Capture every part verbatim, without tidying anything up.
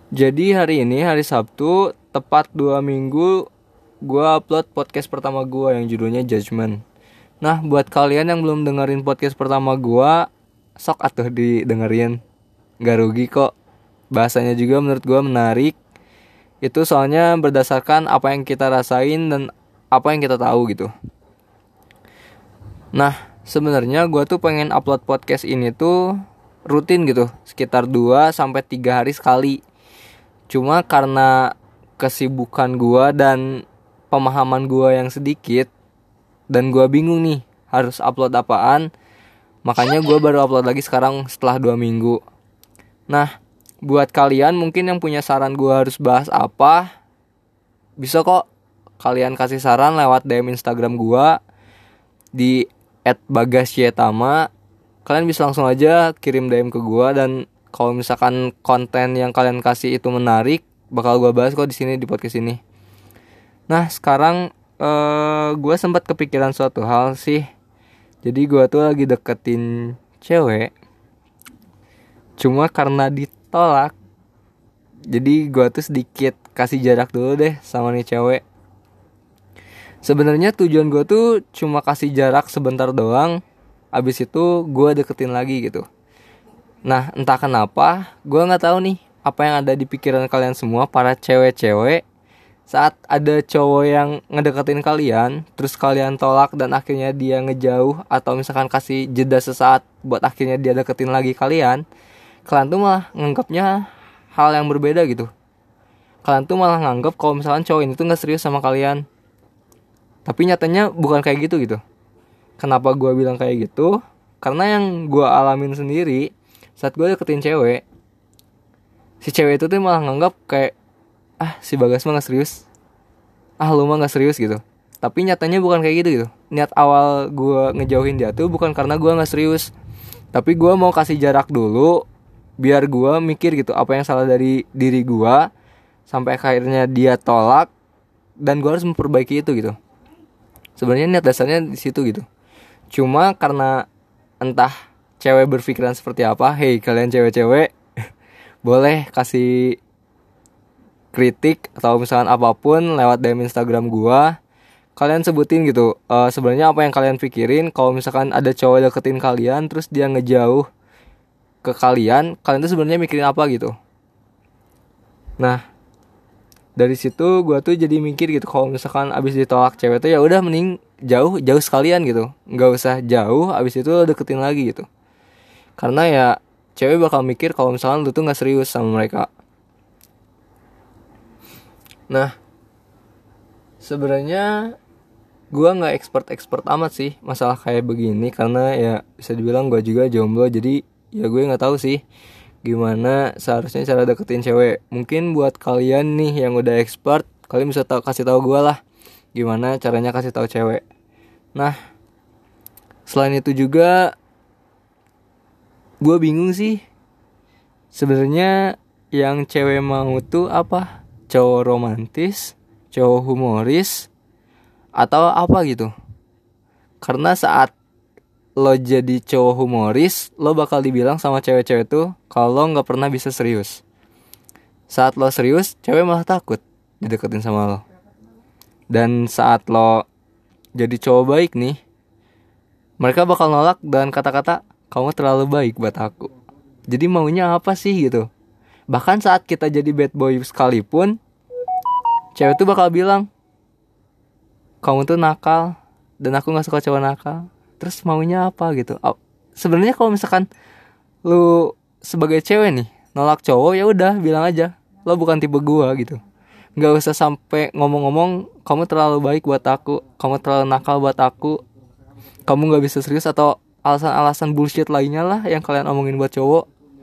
Jadi hari ini hari Sabtu tepat dua minggu gue upload podcast pertama gue yang judulnya Judgment. Nah buat kalian yang belum dengerin podcast pertama gue, sok atuh didengerin, gak rugi kok. Bahasanya juga menurut gue menarik. Itu soalnya berdasarkan apa yang kita rasain dan apa yang kita tahu gitu. Nah sebenarnya gue tuh pengen upload podcast ini tuh rutin gitu, sekitar dua sampai tiga hari sekali. Cuma karena kesibukan gua dan pemahaman gua yang sedikit, dan gua bingung nih harus upload apaan, makanya gua baru upload lagi sekarang setelah dua minggu. Nah, buat kalian mungkin yang punya saran gua harus bahas apa, bisa kok kalian kasih saran lewat D M Instagram gua di et bagasyetama. Kalian bisa langsung aja kirim D M ke gua, dan kalau misalkan konten yang kalian kasih itu menarik, bakal gue bahas kok di sini di podcast ini. Nah sekarang uh, gue sempat kepikiran suatu hal sih. Jadi gue tuh lagi deketin cewek, cuma karena ditolak, jadi gue tuh sedikit kasih jarak dulu deh sama nih cewek. Sebenarnya tujuan gue tuh cuma kasih jarak sebentar doang, abis itu gue deketin lagi gitu. Nah entah kenapa gue gak tahu nih apa yang ada di pikiran kalian semua para cewek-cewek saat ada cowok yang ngedeketin kalian, terus kalian tolak dan akhirnya dia ngejauh, atau misalkan kasih jeda sesaat buat akhirnya dia deketin lagi kalian. Kalian tuh malah nganggapnya hal yang berbeda gitu. Kalian tuh malah nganggap kalau misalkan cowok ini tuh gak serius sama kalian, tapi nyatanya bukan kayak gitu gitu. Kenapa gue bilang kayak gitu? Karena yang gue alamin sendiri saat gue deketin cewek, si cewek itu tuh malah nganggap kayak, ah si Bagas mah gak serius, ah lu mah gak serius gitu. Tapi nyatanya bukan kayak gitu gitu. Niat awal gue ngejauhin dia tuh bukan karena gue gak serius, tapi gue mau kasih jarak dulu, biar gue mikir gitu apa yang salah dari diri gue, sampai akhirnya dia tolak, dan gue harus memperbaiki itu gitu. Sebenarnya niat dasarnya di situ gitu. Cuma karena entah cewek berpikiran seperti apa, hey kalian cewek-cewek, boleh kasih kritik atau misalkan apapun lewat D M Instagram gua. Kalian sebutin gitu, uh, sebenarnya apa yang kalian pikirin kalau misalkan ada cowok deketin kalian terus dia ngejauh ke kalian, kalian tuh sebenarnya mikirin apa gitu. Nah, dari situ gua tuh jadi mikir gitu, kalau misalkan abis ditolak cewek tuh ya udah mending jauh jauh sekalian gitu, nggak usah jauh abis itu lo deketin lagi gitu. Karena ya cewek bakal mikir kalau misalkan lu tuh gak serius sama mereka. Nah sebenarnya gue gak expert-expert amat sih masalah kayak begini, karena ya bisa dibilang gue juga jomblo. Jadi ya gue gak tahu sih gimana seharusnya cara deketin cewek. Mungkin buat kalian nih yang udah expert, kalian bisa tahu, kasih tahu gue lah gimana caranya kasih tahu cewek. Nah selain itu juga gue bingung sih sebenarnya yang cewek mau tuh apa, cowok romantis, cowok humoris, atau apa gitu. Karena saat lo jadi cowok humoris, lo bakal dibilang sama cewek-cewek tuh kalau lo nggak pernah bisa serius. Saat lo serius, cewek malah takut dideketin sama lo. Dan saat lo jadi cowok baik nih, mereka bakal nolak dengan kata-kata, kamu terlalu baik buat aku. Jadi maunya apa sih gitu. Bahkan saat kita jadi bad boy sekalipun, cewek tuh bakal bilang, kamu tuh nakal dan aku gak suka cowok nakal. Terus maunya apa gitu. Sebenarnya kalau misalkan lu sebagai cewek nih nolak cowok, ya udah bilang aja lo bukan tipe gua gitu. Gak usah sampai ngomong-ngomong kamu terlalu baik buat aku, kamu terlalu nakal buat aku, kamu gak bisa serius, atau alasan-alasan bullshit lainnya lah yang kalian omongin buat cowok.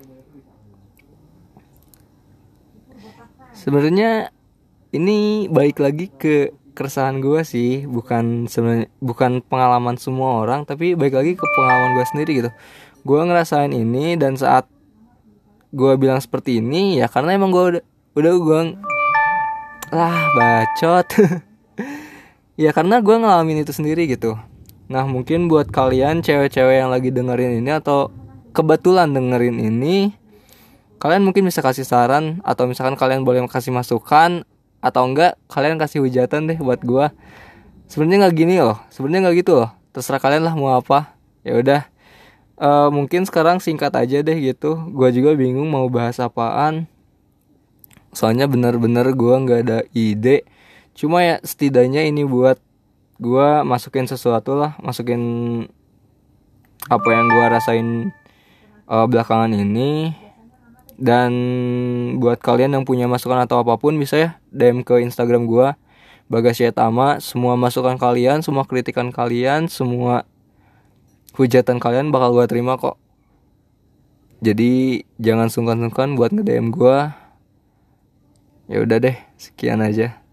Sebenarnya ini balik lagi ke keresahan gue sih, bukan sebenarnya bukan pengalaman semua orang, tapi balik lagi ke pengalaman gue sendiri gitu. Gue ngerasain ini, dan saat gue bilang seperti ini ya karena emang gue udah udah gue lah bacot ya karena gue ngalamin itu sendiri gitu. Nah mungkin buat kalian cewek-cewek yang lagi dengerin ini atau kebetulan dengerin ini, Kalian mungkin bisa kasih saran, atau misalkan kalian boleh kasih masukan, atau enggak kalian kasih hujatan deh buat gue. Sebenarnya nggak gini loh, sebenarnya nggak gitu loh. Terserah kalian lah mau apa. Ya udah. Uh, mungkin sekarang singkat aja deh gitu. Gue juga bingung mau bahas apaan. Soalnya bener-bener gue nggak ada ide. Cuma ya setidaknya ini buat gue masukin sesuatu lah, masukin apa yang gue rasain uh, belakangan ini. Dan buat kalian yang punya masukan atau apapun bisa ya D M ke Instagram gue, Bagasyatama. Semua masukan kalian, semua kritikan kalian, semua hujatan kalian bakal gue terima kok. Jadi jangan sungkan-sungkan buat nge-D M gue. Ya udah deh, sekian aja.